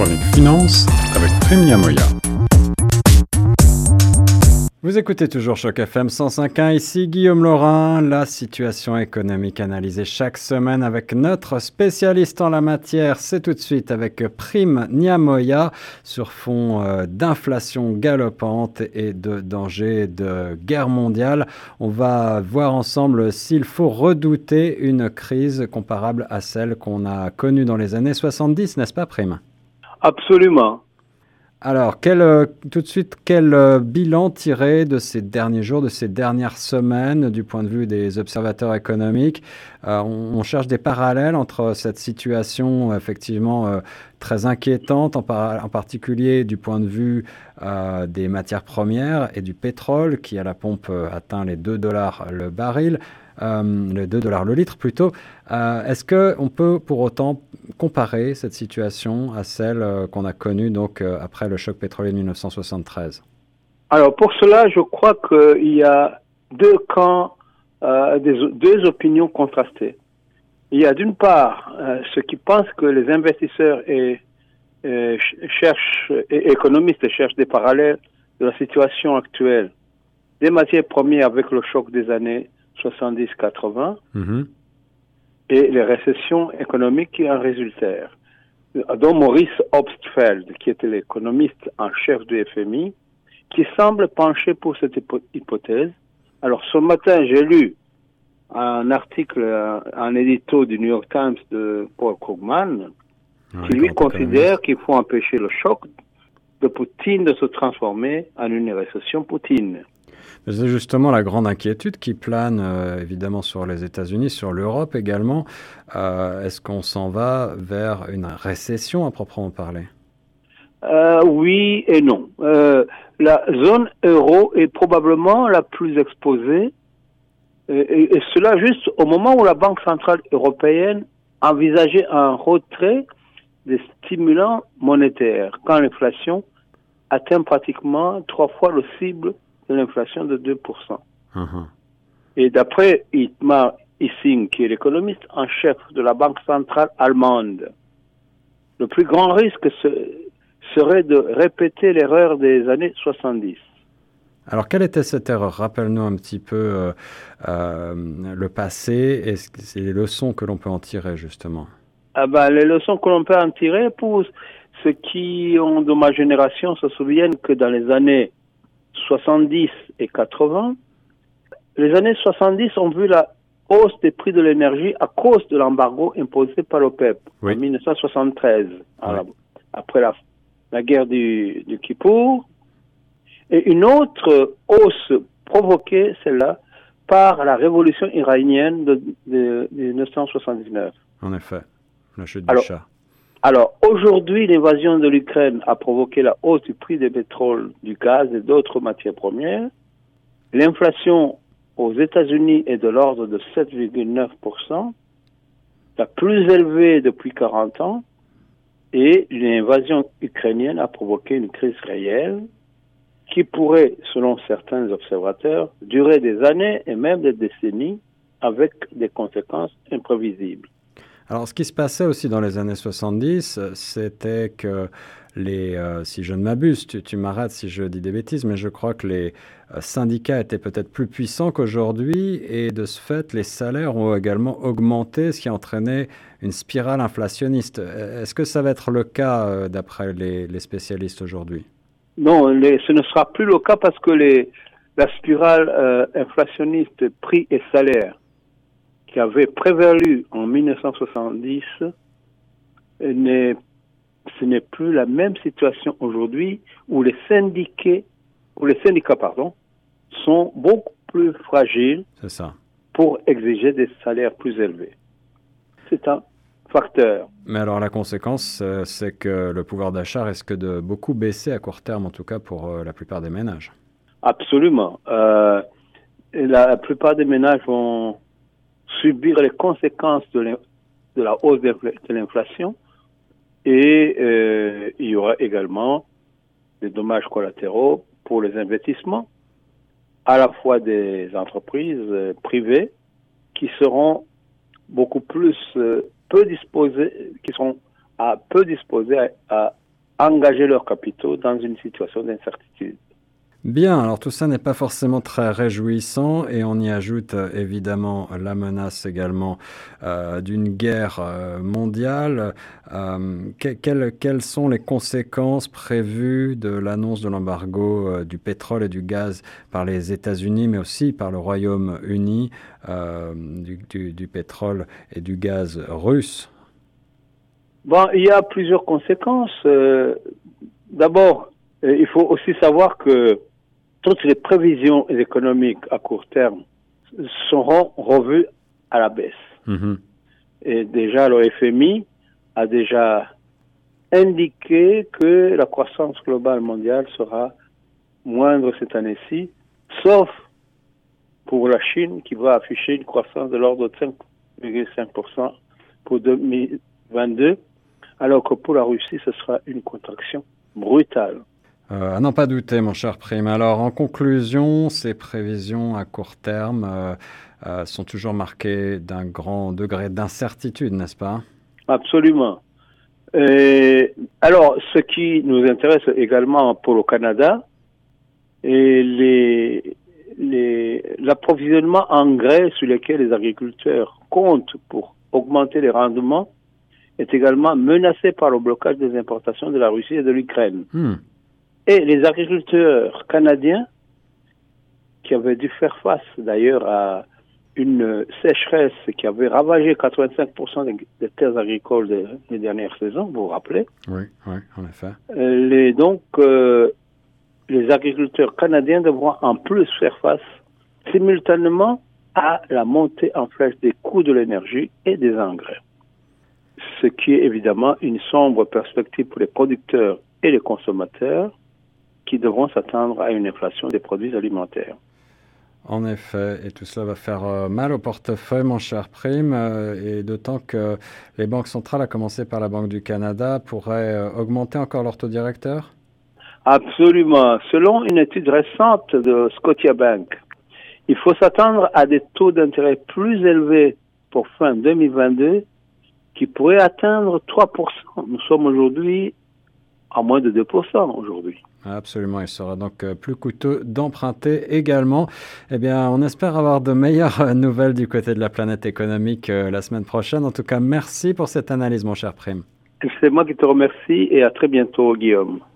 chronique finance avec Prime Niamoya. Vous écoutez toujours Choc FM 105.1, ici Guillaume Laurin. La situation économique analysée chaque semaine avec notre spécialiste en la matière. C'est tout de suite avec Prime Niamoya sur fond d'inflation galopante et de danger de guerre mondiale. On va voir ensemble s'il faut redouter une crise comparable à celle qu'on a connue dans les années 70, n'est-ce pas Prime ? Absolument. Alors, tout de suite, quel bilan tirer de ces derniers jours, de ces dernières semaines, du point de vue des observateurs économiques? On cherche des parallèles entre cette situation effectivement très inquiétante, en particulier du point de vue des matières premières et du pétrole, qui à la pompe atteint les $2 le baril. Les $2 le litre plutôt. Est-ce qu'on peut pour autant comparer cette situation à celle qu'on a connue donc, après le choc pétrolier de 1973? Alors pour cela, je crois qu'il y a deux camps, deux opinions contrastées. Il y a d'une part ceux qui pensent que les investisseurs et économistes cherchent des parallèles de la situation actuelle des matières premières avec le choc des années 70-80 et les récessions économiques qui en résultèrent. Dont Maurice Obstfeld, qui était l'économiste en chef du FMI, qui semble pencher pour cette hypothèse. Alors ce matin, j'ai lu un article, un édito du New York Times de Paul Krugman, qui lui considère qu'il faut empêcher le choc de Poutine de se transformer en une récession Poutine. C'est justement la grande inquiétude qui plane évidemment sur les États-Unis, sur l'Europe également. Est-ce qu'on s'en va vers une récession à proprement parler? Oui et non. La zone euro est probablement la plus exposée, et cela juste au moment où la Banque centrale européenne envisageait un retrait des stimulants monétaires, quand l'inflation atteint pratiquement 3 fois le cible de l'inflation de 2%. Et d'après Dietmar Hissing, qui est l'économiste en chef de la Banque centrale allemande, le plus grand risque serait de répéter l'erreur des années 70. Alors, quelle était cette erreur? Rappelle-nous un petit peu le passé et les leçons que l'on peut en tirer, justement. Les leçons que l'on peut en tirer, pour ceux qui ont de ma génération se souviennent que dans les années 70 et 80, les années 70 ont vu la hausse des prix de l'énergie à cause de l'embargo imposé par l'OPEP en 1973, après la guerre du Kippour. Et une autre hausse provoquée, celle-là, par la révolution iranienne de 1979. En effet, la chute du Shah. Alors, aujourd'hui, l'invasion de l'Ukraine a provoqué la hausse du prix des pétroles, du gaz et d'autres matières premières. L'inflation aux États-Unis est de l'ordre de 7,9%, la plus élevée depuis 40 ans, et l'invasion ukrainienne a provoqué une crise réelle qui pourrait, selon certains observateurs, durer des années et même des décennies avec des conséquences imprévisibles. Alors, ce qui se passait aussi dans les années 70, c'était que si je ne m'abuse, tu m'arrêtes si je dis des bêtises, mais je crois que les syndicats étaient peut-être plus puissants qu'aujourd'hui et de ce fait, les salaires ont également augmenté, ce qui a entraîné une spirale inflationniste. Est-ce que ça va être le cas d'après les spécialistes aujourd'hui? Non, ce ne sera plus le cas parce que la spirale inflationniste prix et salaire qui avait prévalu en 1970, ce n'est plus la même situation aujourd'hui où les syndicats sont beaucoup plus fragiles pour exiger des salaires plus élevés. C'est un facteur. Mais alors la conséquence, c'est que le pouvoir d'achat risque de beaucoup baisser à court terme, en tout cas pour la plupart des ménages. Absolument. La plupart des ménages vont subir les conséquences de la hausse de l'inflation et il y aura également des dommages collatéraux pour les investissements, à la fois des entreprises privées qui seront beaucoup plus peu disposées à engager leurs capitaux dans une situation d'incertitude. Bien, alors tout ça n'est pas forcément très réjouissant et on y ajoute évidemment la menace également d'une guerre mondiale. Quelles sont les conséquences prévues de l'annonce de l'embargo du pétrole et du gaz par les États-Unis, mais aussi par le Royaume-Uni, du pétrole et du gaz russe? Bon, il y a plusieurs conséquences. D'abord, il faut aussi savoir que toutes les prévisions économiques à court terme seront revues à la baisse. Mm-hmm. Et déjà, le FMI a déjà indiqué que la croissance globale mondiale sera moindre cette année-ci, sauf pour la Chine qui va afficher une croissance de l'ordre de 5,5% pour 2022, alors que pour la Russie, ce sera une contraction brutale. À n'en pas douter, mon cher Prime. Alors, en conclusion, ces prévisions à court terme sont toujours marquées d'un grand degré d'incertitude, n'est-ce pas? Absolument. Alors, ce qui nous intéresse également pour le Canada, et l'approvisionnement en engrais sur lesquels les agriculteurs comptent pour augmenter les rendements est également menacé par le blocage des importations de la Russie et de l'Ukraine. Et les agriculteurs canadiens, qui avaient dû faire face d'ailleurs à une sécheresse qui avait ravagé 85% des terres agricoles des dernières saisons, vous vous rappelez? Oui, en effet. Les agriculteurs canadiens devront en plus faire face simultanément à la montée en flèche des coûts de l'énergie et des engrais. Ce qui est évidemment une sombre perspective pour les producteurs et les consommateurs qui devront s'attendre à une inflation des produits alimentaires. En effet, et tout cela va faire mal au portefeuille, mon cher Prime, et d'autant que les banques centrales, à commencer par la Banque du Canada, pourraient augmenter encore leur taux directeur? Absolument. Selon une étude récente de Scotiabank, il faut s'attendre à des taux d'intérêt plus élevés pour fin 2022 qui pourraient atteindre 3%. Nous sommes aujourd'hui à moins de 2% aujourd'hui. Absolument, il sera donc plus coûteux d'emprunter également. Eh bien, on espère avoir de meilleures nouvelles du côté de la planète économique la semaine prochaine. En tout cas, merci pour cette analyse, mon cher Prime. C'est moi qui te remercie et à très bientôt, Guillaume.